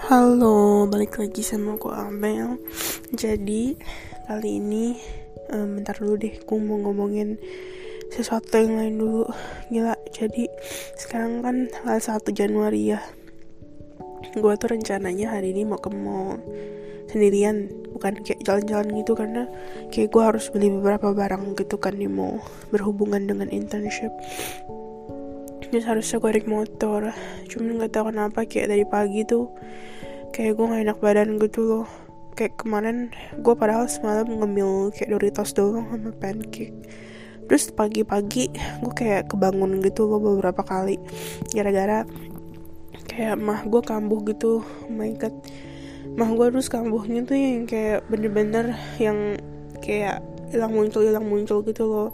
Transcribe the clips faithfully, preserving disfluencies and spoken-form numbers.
Halo, balik lagi sama aku Amel. Jadi kali ini um, bentar dulu deh, gue mau ngomongin sesuatu yang lain dulu. Gila, jadi sekarang kan tanggal satu Januari ya. Gue tuh rencananya hari ini mau ke mall sendirian, bukan kayak jalan-jalan gitu, karena kayak gue harus beli beberapa barang gitu kan di mall berhubungan dengan internship. Terus harusnya gue naik motor, cuman gak tahu kenapa kayak dari pagi tuh kayak gue gak enak badan gitu loh. Kayak kemarin gue padahal semalam ngemil kayak Doritos doang sama pancake. Terus pagi-pagi gue kayak kebangun gitu loh beberapa kali, gara-gara kayak mah gue kambuh gitu. Oh my god, mah gue terus kambuhnya tuh yang kayak bener-bener yang kayak hilang muncul hilang muncul gitu loh.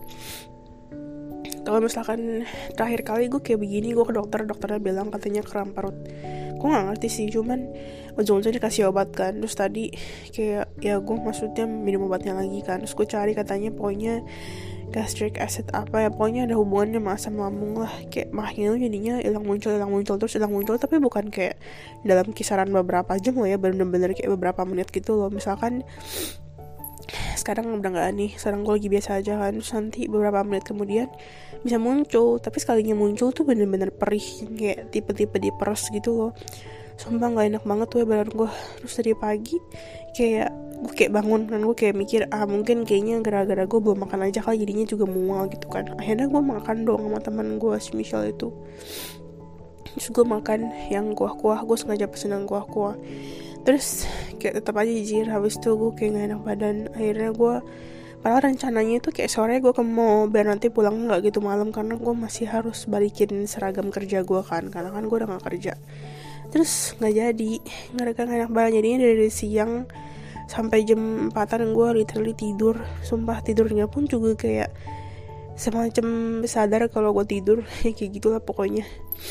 Kalau misalkan terakhir kali gue kayak begini, gue ke dokter, dokternya bilang katanya kram parut. Gue nggak ngerti sih, cuman ujung-ujungnya dikasih obat kan. Terus tadi kayak ya gue maksudnya minum obatnya lagi kan. Terus gue cari katanya pokoknya gastric acid apa ya, pokoknya ada hubungannya sama asam lambung lah. Kayak mahnya tuh jadinya hilang muncul hilang muncul terus hilang muncul, tapi bukan kayak dalam kisaran beberapa jam loh ya, bener-bener kayak beberapa menit gitu loh. Misalkan sekarang udah nggak nih, sekarang gue lagi biasa aja kan, terus nanti beberapa menit kemudian bisa muncul, tapi sekalinya muncul tuh bener-bener perih, kayak tipe-tipe diperes gitu loh. Sumpah nggak enak banget tuh ya badan gue. Terus dari pagi kayak gue kayak bangun kan, gue kayak mikir ah mungkin kayaknya gara-gara gue belum makan aja kali, jadinya juga mual gitu kan. Akhirnya gue makan dong sama teman gue si Michelle itu. Terus gue makan yang kuah-kuah, gue sengaja pesen yang kuah-kuah. Terus kayak tetap aja jijir, habis itu gue kayak gak enak badan. Akhirnya gue, padahal rencananya itu kayak sore gue ke mall biar nanti pulang gak gitu malam, karena gue masih harus balikin seragam kerja gue kan, karena kan gue udah gak kerja. Terus gak jadi, gara-gara gak enak badan. Jadinya dari siang sampai jam empatan gue literally tidur. Sumpah tidurnya pun juga kayak semacam sadar kalau gue tidur. Ya kayak gitulah pokoknya,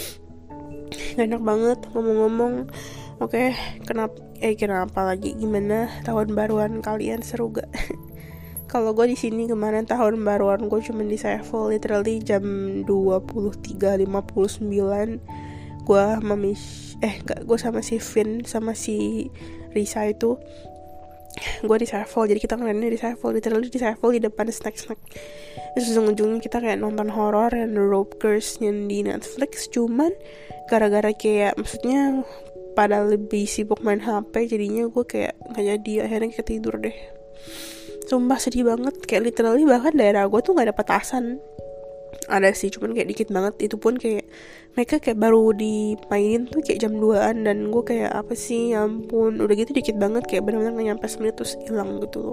gak enak banget. Ngomong-ngomong, oke, okay, kenapa eh kenapa lagi? Gimana tahun baruan kalian, seru gak? Kalau gue di sini kemarin tahun baruan gue cuma di Sevel, literally jam dua puluh tiga lima puluh sembilan gue sama Mish, eh enggak, gue sama si Vin sama si Risa itu gue di Sevel. Jadi kita ngeliatnya di Sevel, literally di Sevel di depan snack-snack. Terus ujung-ujungnya kita kayak nonton horor and The Rope Curse yang di Netflix. Cuman gara-gara kayak maksudnya pada lebih sibuk main H P, jadinya gue kayak gak jadi. Akhirnya kita tidur deh. Sumpah sedih banget, kayak literally bahkan daerah gue tuh gak ada petasan. Ada sih, cuman kayak dikit banget. Itu pun kayak mereka kayak baru dimainin tuh kayak jam duaan, dan gue kayak apa sih, ya ampun, udah gitu dikit banget, kayak benar-benar gak nyampe semenit terus hilang gitu loh.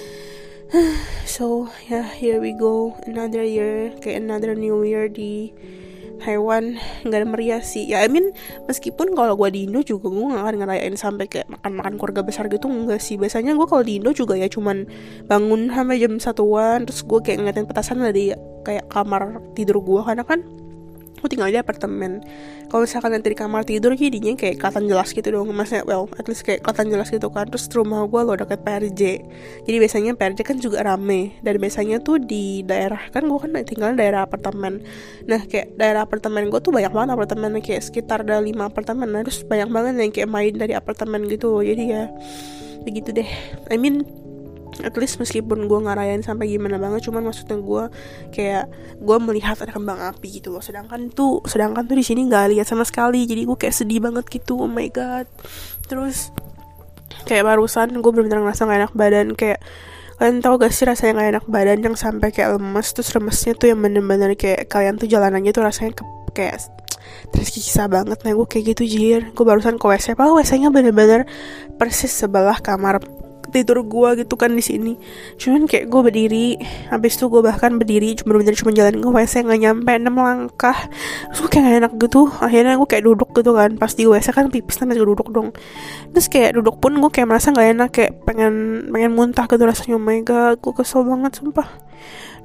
So yeah, here we go, another year, kayak another new year di Taiwan. Gak ada meriah sih ya, I mean meskipun kalau gue di Indo juga gue gak akan ngerayain sampai kayak makan-makan keluarga besar gitu, enggak sih. Biasanya gue kalau di Indo juga ya cuman bangun sampai jam satuan, terus gue kayak ngeliatin petasan dari kayak kamar tidur gue, karena kan gue tinggal di apartemen. Kalau misalkan nanti di kamar tidur jadinya kayak kelihatan jelas gitu dong, maksudnya well at least kayak kelihatan jelas gitu kan. Terus rumah gue lo deket P R J, jadi biasanya P R J kan juga rame. Dan biasanya tuh di daerah, kan gue kan tinggal di daerah apartemen, nah kayak daerah apartemen gue tuh banyak banget apartemen, kayak sekitar ada lima apartemen. Nah terus banyak banget yang kayak main dari apartemen gitu. Jadi ya begitu deh, I mean at least meskipun gue ngarayain sampai gimana banget, cuman maksudnya gue kayak gue melihat ada kembang api gitu loh. Sedangkan tuh sedangkan tuh di sini nggak lihat sama sekali, jadi gue kayak sedih banget gitu. Oh my god. Terus kayak barusan gue benar-benar ngerasa gak enak badan. Kayak kalian tau gak sih rasanya gak enak badan yang sampai kayak lemes. Terus remesnya tuh yang bener-bener kayak kalian tuh jalanannya tuh rasanya ke, kayak tersiksa banget. Nah gue kayak gitu jir. Gue barusan ke W C, padahal W C-nya bener-bener persis sebelah kamar tidur gue gitu kan di sini. Cuman kayak gue berdiri, habis itu gue bahkan berdiri cuma bener-bener cuma jalan ke W C nggak nyampe enam langkah. Terus gue kayak gak enak gitu. Akhirnya gue kayak duduk gitu kan. Pas di W C kan pipis namanya duduk dong. Terus kayak duduk pun gue kayak merasa nggak enak, kayak pengen pengen muntah gitu rasanya. Oh my god, gue kesel banget sumpah.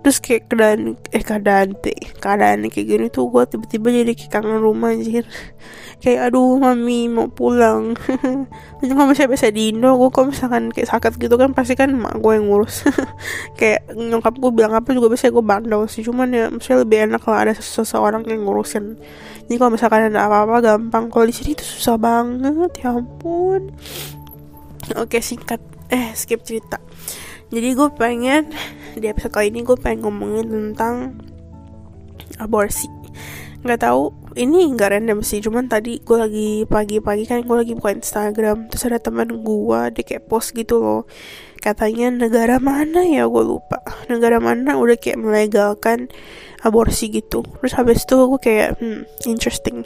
Terus kayak keadaan eh keadaan deh keadaan kayak gini tuh gue tiba-tiba jadi kayak kangen rumah anjir. Kayak aduh mami mau pulang. Itu kalau misalnya biasa di Indo, gue kalau misalkan kayak sakit gitu kan pasti kan emak gue yang ngurus. Kayak nyokap gue bilang apa juga biasanya gue bandel sih, cuman ya misalnya lebih enak kalau ada seseorang yang ngurusin. Jadi kalau misalkan ada apa-apa gampang, kalau di sini tuh susah banget, ya ampun. Oke, singkat eh skip cerita. Jadi gue pengen di episode kali ini gue pengen ngomongin tentang aborsi. Nggak tahu, ini nggak random sih, cuman tadi gue lagi pagi-pagi kan gue lagi buka Instagram, terus ada teman gue dia kayak post gitu loh, katanya negara mana ya gue lupa, negara mana udah kayak melegalkan aborsi gitu. Terus habis itu gue kayak hmm, interesting.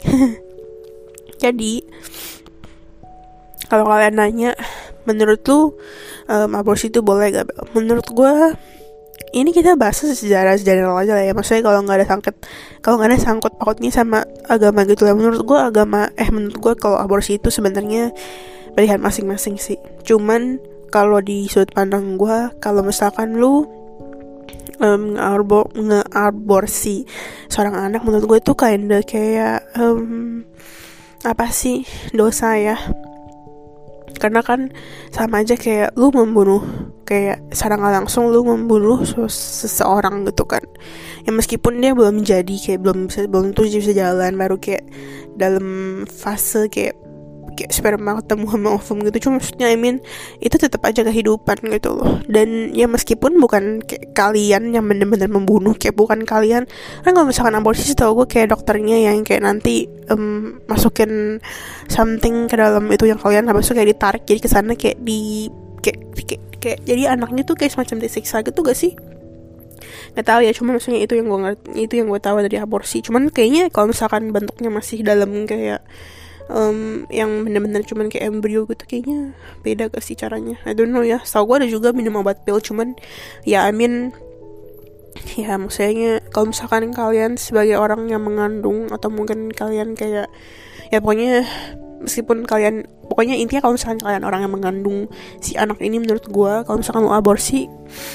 Jadi kalau kalian nanya, menurut lu um, aborsi itu boleh gak? Menurut gue, ini kita bahas sejarah general aja lah ya. Maksudnya kalau nggak ada sangkut, kalau nggak ada sangkut pautnya sama agama gitu lah. Menurut gue agama, eh menurut gue kalau aborsi itu sebenarnya pilihan masing-masing sih. Cuman kalau di sudut pandang gue, kalau misalkan lu um, nge-arbo, nge-aborsi seorang anak, menurut gue itu kinda kayak um, apa sih dosa ya. Karena kan sama aja kayak lu membunuh, kayak secara gak langsung lu membunuh seseorang gitu kan. Ya meskipun dia belum jadi, kayak belum bisa, belum tuh bisa jalan, baru kayak dalam fase kayak kayak sperma ketemu sama ovum gitu. Cuma maksudnya I mean itu tetap aja kehidupan gitu loh. Dan ya meskipun bukan kayak kalian yang benar-benar membunuh, kayak bukan kalian kan. Kalau misalkan aborsi sih tau gue kayak dokternya yang kayak nanti um, masukin something ke dalam itu yang kalian habis itu kayak ditarik jadi kesana kayak di kayak, kayak, kayak jadi anaknya tuh kayak semacam disiksa gitu gak sih? Nggak tahu ya, cuma maksudnya itu yang gue ngerti, itu yang gue tahu dari aborsi. Cuman kayaknya kalau misalkan bentuknya masih dalam kayak Um, yang benar-benar cuman kayak embrio gitu, kayaknya beda gak sih caranya? I don't know ya. Tau gue ada juga minum obat pil, cuman ya I mean ya maksudnya kalau misalkan kalian sebagai orang yang mengandung, atau mungkin kalian kayak ya pokoknya meskipun kalian pokoknya intinya kalau misalkan kalian orang yang mengandung si anak ini, menurut gue kalau misalkan mau aborsi,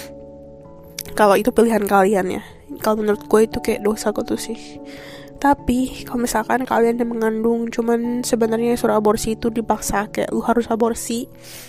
kalau itu pilihan kalian ya, kalau menurut gue itu kayak dosa gitu sih. Tapi kalau misalkan kalian yang mengandung, cuman sebenarnya suruh aborsi itu dipaksa, kayak lu harus aborsi,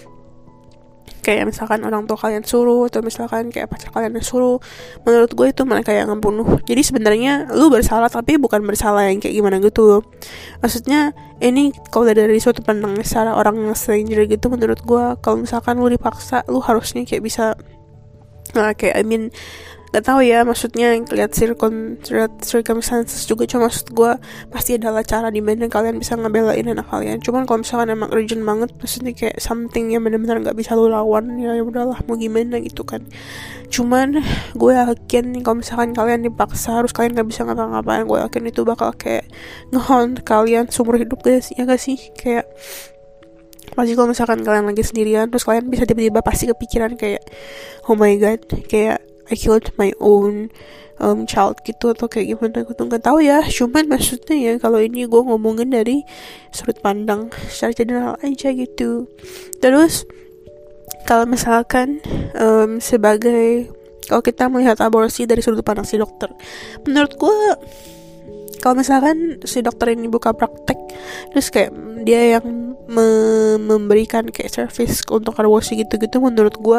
kayak misalkan orang tua kalian suruh, atau misalkan kayak pacar kalian yang suruh, menurut gue itu mereka yang ngebunuh. Jadi sebenarnya lu bersalah, tapi bukan bersalah yang kayak gimana gitu. Maksudnya ini kalau dari suatu pandang secara orang yang stranger gitu, menurut gue kalau misalkan lu dipaksa, lu harusnya kayak bisa nah, kayak I mean gak tahu ya, maksudnya lihat circum, circumstances juga. Cuma maksud gue pasti adalah cara dimana kalian bisa ngebelain anak kalian. Cuman kalau misalkan emang urgent banget, maksudnya kayak something yang benar-benar gak bisa lu lawan, ya udahlah mau gimana gitu kan. Cuman gue yakin kalau misalkan kalian dipaksa harus kalian gak bisa ngapa-ngapain, gue yakin itu bakal kayak ngehaunt kalian seumur hidup guys, ya gak sih? Kayak pasti kalau misalkan kalian lagi sendirian, terus kalian bisa tiba-tiba pasti kepikiran kayak oh my god, kayak I killed my own um, child gitu, atau kayak gimana aku tuh nggak tahu ya. Cuman maksudnya ya kalau ini gue ngomongin dari sudut pandang secara general aja gitu. Terus kalau misalkan um, sebagai kalau kita melihat aborsi dari sudut pandang si dokter, menurut gue kalau misalkan si dokter ini buka praktek, terus kayak dia yang me- memberikan kayak service untuk aborsi gitu-gitu, menurut gue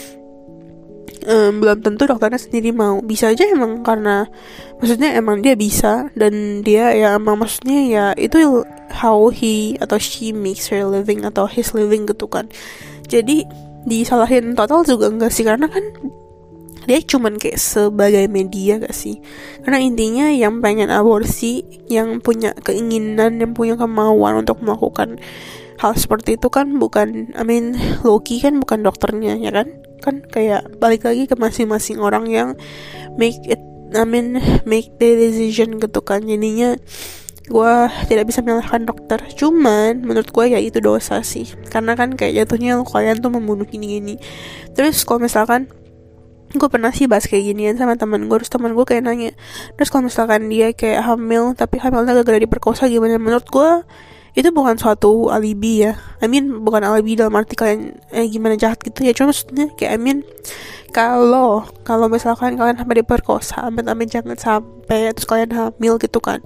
Um, belum tentu dokternya sendiri mau. Bisa aja emang karena maksudnya emang dia bisa, dan dia ya emang maksudnya ya itu how he atau she makes her living atau his living gitu kan. Jadi disalahin total juga enggak sih, karena kan dia cuman kayak sebagai media gak sih. Karena intinya yang pengen aborsi, yang punya keinginan, yang punya kemauan untuk melakukan hal seperti itu kan bukan, I mean Loki kan bukan dokternya ya kan. Kan kayak balik lagi ke masing-masing orang yang make it, I mean make the decision gitu kan. Jadinya gue tidak bisa menyalahkan dokter. Cuman menurut gue ya itu dosa sih, karena kan kayak jatuhnya kalian tuh membunuh gini-gini. Terus kalau misalkan gue pernah sih bahas kayak ginian sama teman gue, terus teman gue kayak nanya, terus kalau misalkan dia kayak hamil tapi hamilnya gara-gara diperkosa gimana? Menurut gue itu bukan suatu alibi ya. I mean bukan alibi dalam arti kalian eh gimana jahat gitu ya. Cuma maksudnya kayak I mean kalau kalau misalkan kalian sampai diperkosa, amit-amit jangan sampai terus kalian hamil gitu kan.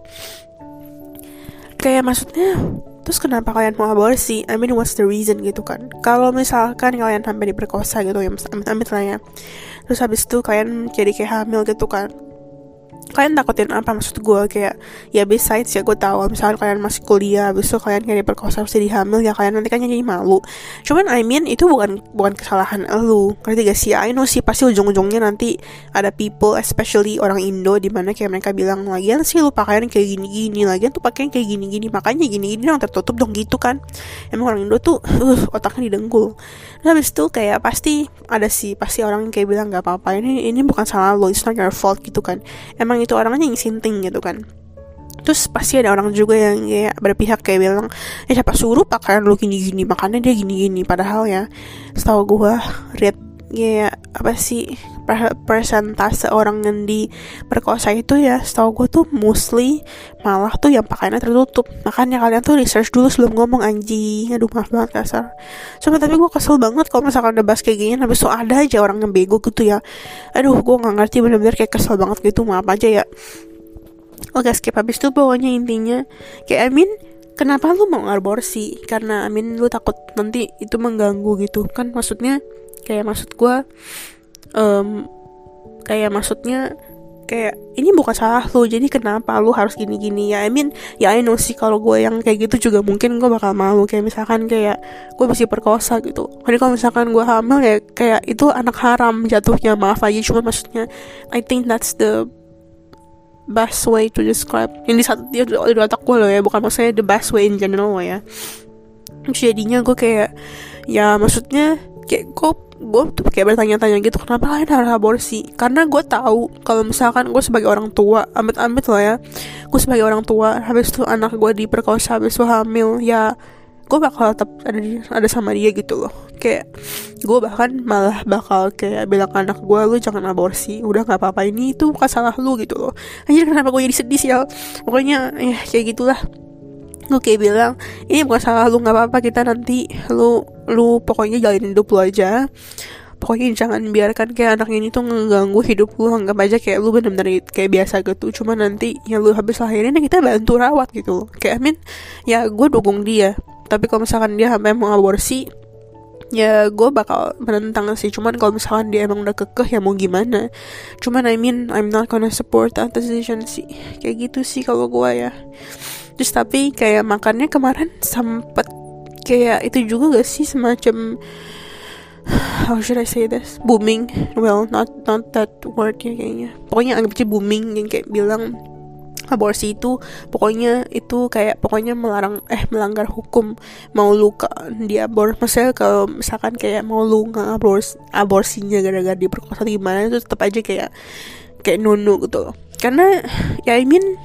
Kayak maksudnya terus kenapa kalian mau aborsi? I mean what's the reason gitu kan. Kalau misalkan kalian sampai diperkosa gitu ya, amit-amit lah ya, terus habis itu kalian jadi kayak hamil gitu kan, kalian takutin apa? Maksud gue kayak ya besides ya gue tahu misalkan kalian masih kuliah habis itu kalian kayak diperkosa terus jadi hamil ya, kalian nanti kan jadi malu. Cuman I mean itu bukan bukan kesalahan lu, ngerti gak sih? I know sih pasti ujung-ujungnya nanti ada people especially orang Indo dimana kayak mereka bilang lagian sih lu pakaian kayak gini-gini, lagian tuh pakaian kayak gini-gini, makanya gini-gini dong tertutup dong gitu kan. Emang orang Indo tuh uh, otaknya didengkul. Nah habis itu kayak pasti ada sih pasti orang yang kayak bilang gak apa-apa, ini ini bukan salah lo, it's not your fault gitu kan. Emang itu orangnya yang sinting gitu kan. Terus pasti ada orang juga yang kayak berpihak kayak bilang ya siapa suruh pakaian lu gini-gini, makanya dia gini-gini. Padahal ya setahu gue rate ya apa sih persentase orang yang diperkosa itu ya setahu gue tuh mostly malah tuh yang pakaiannya tertutup. Makanya kalian tuh research dulu sebelum ngomong anjing. Aduh maaf banget kasar. Cuma tapi gue kesel banget kalau misalkan udah bahas kayak gini habis itu ada aja orang yang bego gitu ya. Aduh gue gak ngerti, bener-bener kayak kesel banget gitu. Maaf aja ya. Oke skip. Habis itu pokoknya intinya kayak I mean kenapa lu mau aborsi? Karena I mean lu takut nanti itu mengganggu gitu kan. Maksudnya kayak maksud gue um, kayak maksudnya kayak ini bukan salah lu, jadi kenapa lu harus gini-gini ya. I mean ya I know sih kalau gue yang kayak gitu juga mungkin gue bakal malu. Kayak misalkan kayak gue bisa perkosa gitu. Jadi kalau misalkan gue hamil ya kayak itu anak haram jatuhnya, maaf aja. Cuma maksudnya I think that's the best way to describe yang di satu di, di otak gue loh ya, bukan maksudnya the best way in general loh ya. Jadinya gue kayak ya maksudnya kayak gue gue tuh kayak bertanya-tanya gitu kenapa kalian harus aborsi. Karena gue tahu kalau misalkan gue sebagai orang tua, amit-amit lah ya, gue sebagai orang tua habis itu anak gue diperkosa habis itu hamil ya, gue bakal tetap ada di, ada sama dia gitu loh. Kayak gue bahkan malah bakal kayak bilang ke anak gue, lu jangan aborsi, udah nggak apa-apa, ini itu bukan salah lu gitu loh. Anjir kenapa gue jadi sedih sih ya. Pokoknya ya kayak gitulah. Gue kayak bilang ini bukan salah lu, nggak apa-apa, kita nanti lu lu pokoknya jalanin hidup lu aja. Pokoknya jangan biarkan kayak anak ini tuh ngeganggu hidup lu. Anggap aja kayak lu bener-bener kayak biasa gitu. Cuma nanti ya lu habis lahirin ya kita bantu rawat gitu. Kayak Amin ya gue dukung dia. Tapi kalau misalkan dia sampai mau aborsi ya gue bakal menentang sih. Cuman kalau misalkan dia emang udah kekeh ya mau gimana. Cuman I mean I'm not gonna support that decision sih. Kayak gitu sih kalau gue ya. Terus tapi kayak makannya kemarin sempet kayak itu juga gak sih, semacam how should I say this, booming, well not not that word ya kayaknya, pokoknya anggap aja booming yang kayak bilang aborsi itu pokoknya itu kayak pokoknya melarang eh melanggar hukum. Mau lu ke dia abor, maksudnya kalau misalkan kayak mau lu nggak abors aborsinya gara-gara diperkosa gimana itu tetap aja kayak kayak nono gitu loh. Karena ya I mean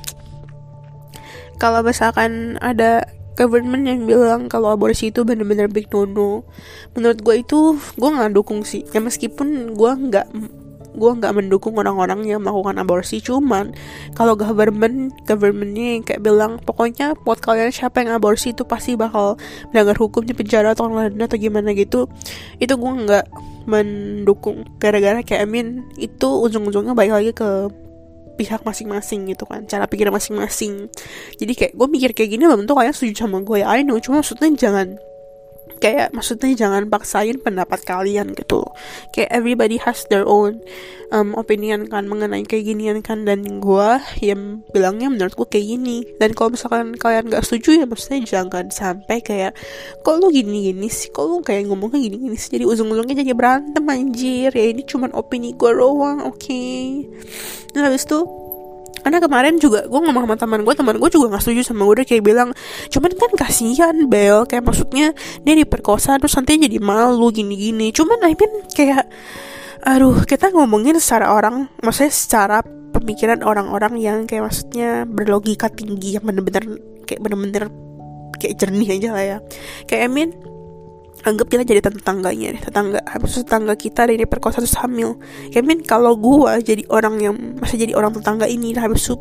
kalau misalkan ada government yang bilang kalau aborsi itu benar-benar big no-no, menurut gue itu gue nggak dukung sih. Ya meskipun gue nggak gue nggak mendukung orang-orang yang melakukan aborsi, cuman kalau government governmentnya yang kayak bilang pokoknya buat kalian siapa yang aborsi itu pasti bakal melanggar hukum di penjara atau lain atau gimana gitu, itu gue nggak mendukung. Gara-gara kayak I mean itu ujung-ujungnya balik lagi ke pihak masing-masing gitu kan, cara pikir masing-masing. Jadi kayak gue mikir kayak gini belum tentu kalian setuju sama gue ya, I know. Cuma maksudnya jangan kayak maksudnya jangan paksain pendapat kalian gitu. Kayak everybody has their own um, opinion kan mengenai kayak ginian kan. Dan gue yang bilangnya menurut gue kayak gini. Dan kalau misalkan kalian gak setuju ya maksudnya jangan sampai kayak kok lu gini-gini sih, kok lu kayak ngomongnya gini-gini sih, jadi ujung-ujungnya jadi berantem anjir. Ya ini cuman opini gue doang, oke okay? Nah habis itu karena kemarin juga gue ngomong sama teman gue, teman gue juga nggak setuju sama gue. Dia kayak bilang, cuman kan kasihan Bel, kayak maksudnya dia diperkosa terus nanti jadi malu gini-gini. Cuman I mean kayak, aduh kita ngomongin secara orang, maksudnya secara pemikiran orang-orang yang kayak maksudnya berlogika tinggi, yang bener-bener kayak bener-bener kayak jernih aja lah ya. Kayak I mean anggap kita jadi tetangganya deh, tetangga habis itu tetangga kita ada yang diperkosa terus hamil. Ya I mean kalau gue jadi orang yang masih jadi orang tetangga ini habis itu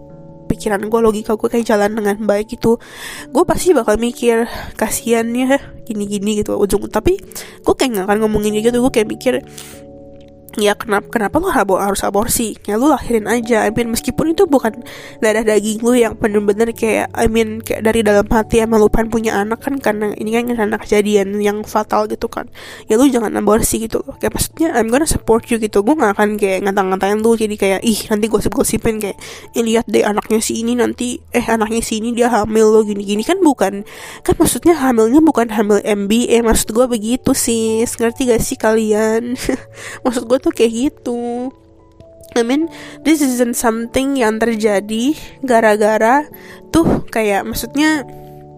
pikiran gue, logika gue kayak jalan dengan baik gitu, gue pasti bakal mikir kasihan ya gini-gini gitu ujung. Tapi gue kayak gak akan ngomongin gitu, gue kayak mikir ya kenapa kenapa lu harus aborsi, ya lu lahirin aja. I mean meskipun itu bukan darah daging lu yang bener-bener kayak I mean kayak dari dalam hati emang lu pengen punya anak kan, karena ini kan karena kejadian yang fatal gitu kan, ya lu jangan aborsi gitu loh. Kayak maksudnya I'm gonna support you gitu, gue gak akan kayak ngata-ngatain lu jadi kayak ih nanti gosip-gosipin kayak eh lihat deh anaknya si ini nanti eh anaknya si ini dia hamil lo gini-gini kan, bukan kan, maksudnya hamilnya bukan hamil M B A, maksud gue begitu sih, ngerti gak sih kalian? Maksud gue tuh kayak gitu. I mean this isn't something yang terjadi gara-gara tuh kayak maksudnya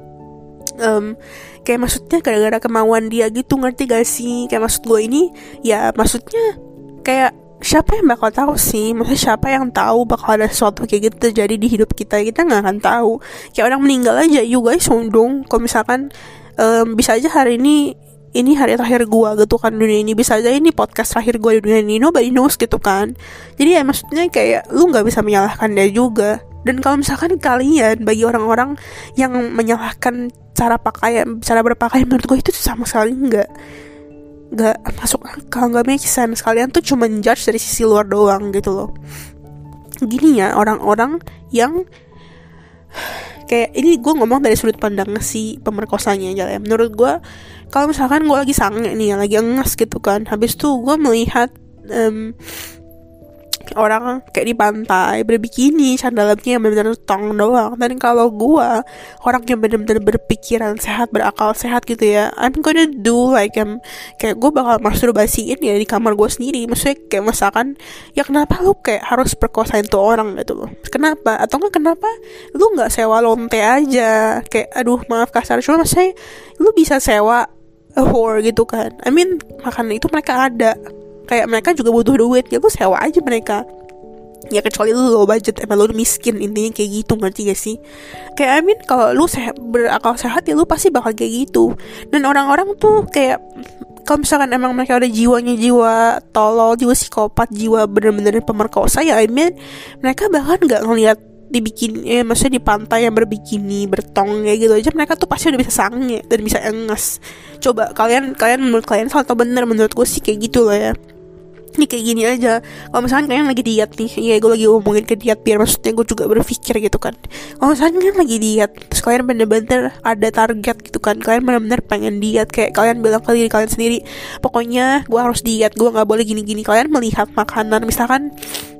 um, kayak maksudnya gara-gara kemauan dia gitu, ngerti gak sih? Kayak maksud gue ini ya maksudnya kayak siapa yang bakal tahu sih, maksudnya siapa yang tahu bakal ada sesuatu kayak gitu terjadi di hidup kita, kita nggak akan tahu. Kayak orang meninggal aja, you guys dong kalau misalkan um, bisa aja hari ini ini hari terakhir gue gitu kan dunia ini, bisa aja ini podcast terakhir gue di dunia ini, nobody knows gitu kan. Jadi ya maksudnya kayak lu gak bisa menyalahkan dia juga. Dan kalau misalkan kalian, bagi orang-orang yang menyalahkan cara pakaian, cara berpakaian, menurut gue itu sama sekali gak gak masuk akal, gak make sense. Kalian tuh cuma judge dari sisi luar doang gitu loh. Gini ya orang-orang yang kayak ini gue ngomong dari sudut pandang si pemerkosanya aja ya. Menurut gue kalau misalkan gue lagi sange nih ya, lagi engas gitu kan, habis tuh gue melihat um, orang kayak di pantai berbikini, dalamnya yang benar-benar tong doang. Dan kalau gue orang yang benar-benar berpikiran sehat, berakal sehat gitu ya, I'm gonna do like um, kayak gue bakal masturbasiin ya di kamar gue sendiri. Maksudnya kayak misalkan ya kenapa lu kayak harus perkosain tuh orang gitu loh, kenapa? Atau enggak kenapa lu nggak sewa lonte aja, kayak aduh maaf kasar, cuma maksudnya lu bisa sewa a whore gitu kan. I mean makanan itu mereka ada, kayak mereka juga butuh duit, ya lu sewa aja mereka. Ya kecuali lu low budget, emang lu miskin, intinya kayak gitu, ngerti gak sih? Kayak I mean kalau lu sehat, berakal sehat ya lu pasti bakal kayak gitu. Dan orang-orang tuh kayak kalau misalkan emang mereka ada jiwanya jiwa tolol, jiwa psikopat, jiwa bener-bener pemerkosa ya I mean mereka bahkan gak ngeliat dibikin eh, maksudnya di pantai yang berbikini, bertong kayak gitu aja mereka tuh pasti udah bisa sange dan bisa engas. Coba kalian kalian menurut kalian salah atau bener? Menurut gue sih kayak gitu loh ya. Ini kayak gini aja, kalau misalkan kalian lagi diet nih, iya gue lagi ngomongin ke diet biar maksudnya gue juga berpikir gitu kan. Kalau misalkan kalian lagi diet, terus kalian bener-bener ada target gitu kan, kalian bener-bener pengen diet, kayak kalian bilang ke diri kalian sendiri, pokoknya gue harus diet, gue gak boleh gini-gini. Kalian melihat makanan, misalkan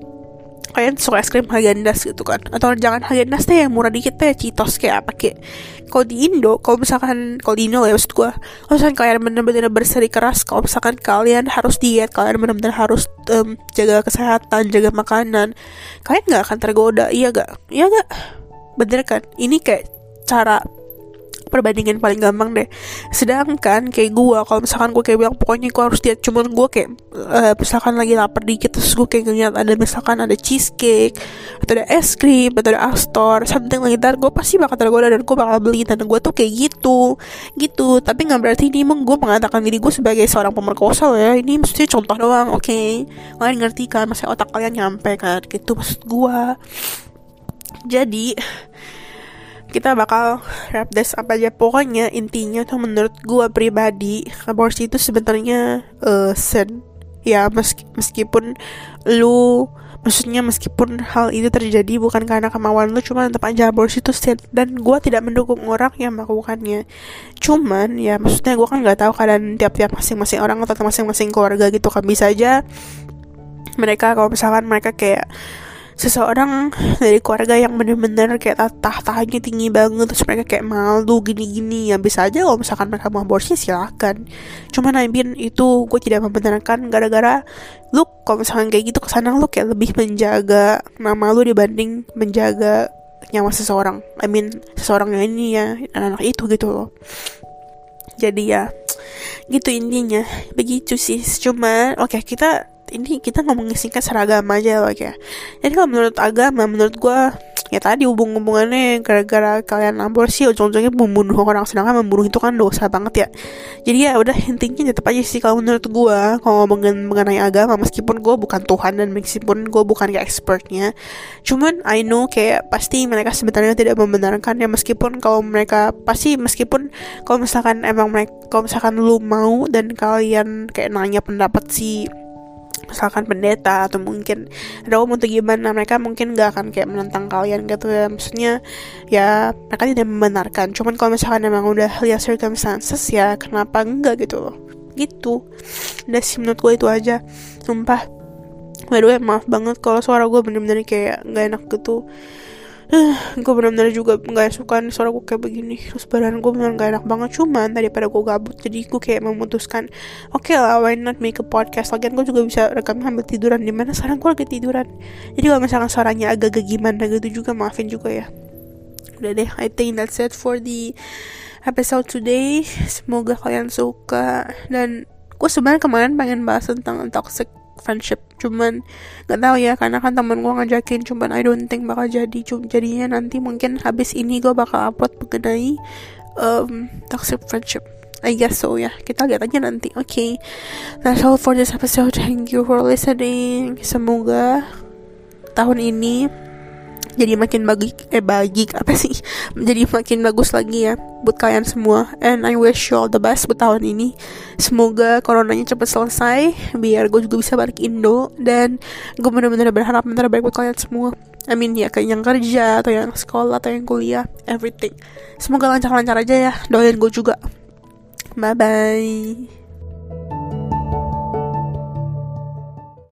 kalian suka es krim Häagen-Dazs gitu kan, atau jangan Häagen-Dazs deh yang murah dikit deh, Cheetos kayak apa kayak. Kalau di Indo, kalau misalkan kalau di Indo ya maksud gue, kalau misalkan kalian bener-bener berseri keras, kalau misalkan kalian harus diet, kalian bener-bener harus um, jaga kesehatan, jaga makanan, kalian nggak akan tergoda, iya gak? Iya gak? Bener kan? Ini kayak cara perbandingan paling gampang deh. Sedangkan kayak gue, kalau misalkan gue kayak bilang pokoknya gue harus diet, cuman gue kayak uh, misalkan lagi lapar dikit, terus gue kayak ngeliat ada misalkan ada cheesecake atau ada es krim atau ada Astor something like that, gue pasti bakal tergoda dan gue bakal beli. Dan gue tuh kayak gitu gitu. Tapi nggak berarti ini emang gue mengatakan diri gue sebagai seorang pemerkosa ya. Ini maksudnya contoh doang, oke okay? Kalian ngerti kan, maksudnya otak kalian nyampe kan, gitu maksud gue. Jadi kita bakal wrap this up aja. Pokoknya intinya tuh menurut gue pribadi, aborsi itu sebenarnya uh, sin. Ya meski, meskipun lu, maksudnya meskipun hal itu terjadi bukan karena kemauan lu, cuma tetap aja aborsi itu sin. Dan gue tidak mendukung orang yang melakukannya. Cuman ya maksudnya gue kan gak tahu keadaan tiap-tiap masing-masing orang atau masing-masing keluarga gitu kan. Bisa aja mereka, kalau misalkan mereka kayak seseorang dari keluarga yang bener-bener kayak tahtanya tinggi banget, terus mereka kayak malu gini-gini, ya bisa aja kalau misalkan mereka mau aborsi silakan. Cuman I mean itu gue tidak membenarkan, gara-gara lu kalau misalkan kayak gitu kesana lu kayak lebih menjaga nama lu dibanding menjaga nyawa seseorang. I mean seseorang yang ini ya, anak-anak itu gitu loh. Jadi ya gitu intinya, begitu sih. Cuma oke okay, kita ini kita ngomongin singkat seragama aja loh ya. Jadi kalau menurut agama, menurut gue ya tadi hubung-hubungannya gara-gara kalian aborsi ujung-ujungnya membunuh orang, sedangkan membunuh itu kan dosa banget ya. Jadi ya udah, intinya tetap aja sih kalau menurut gue, kalau ngomongin mengenai agama, meskipun gue bukan Tuhan dan meskipun gue bukan kayak expertnya, cuman I know kayak pasti mereka sebenarnya tidak membenarkan ya, meskipun kalau mereka pasti meskipun kalau misalkan emang mereka, kalau misalkan lu mau dan kalian kayak nanya pendapat si misalkan pendeta atau mungkin ada om atau gimana, mereka mungkin gak akan kayak menentang kalian gitu ya, maksudnya ya mereka tidak membenarkan. Cuman kalau misalkan emang udah lihat circumstances ya kenapa enggak gitu loh, gitu. Udah sih menurut gue itu aja, sumpah. By the way, maaf banget kalau suara gue bener-bener kayak gak enak gitu. Uh, gue benar-benar juga nggak suka nih suara gue kayak begini, terus badan gue benar nggak enak banget. Cuman daripada gue gabut, jadi gue kayak memutuskan oke okay lah, why not make a podcast. Lagian gue juga bisa rekam sambil tiduran, dimana sekarang gue lagi tiduran. Jadi kalau misalkan suaranya agak-agak gimana gitu juga maafin juga ya. Udah deh, I think that's it for the episode today. Semoga kalian suka. Dan gue sebenarnya kemarin pengen bahas tentang toxic friendship, cuman nggak tahu ya, karena kan temen gue ngajakin, cuman I don't think bakal jadi. Cuma jadinya nanti mungkin habis ini gue bakal upload mengenai um, toxic friendship, I guess so ya, kita lihat aja nanti. Oke, okay. That's all for this episode. Thank you for listening. Semoga tahun ini jadi makin bagi eh bagi apa sih jadi makin bagus lagi ya buat kalian semua, and I wish you all the best buat tahun ini. Semoga coronanya cepat selesai biar gue juga bisa balik Indo, dan gue benar-benar berharap yang terbaik buat kalian semua. I mean ya, kayak yang kerja atau yang sekolah atau yang kuliah, everything semoga lancar-lancar aja ya, doain gue juga. Bye bye.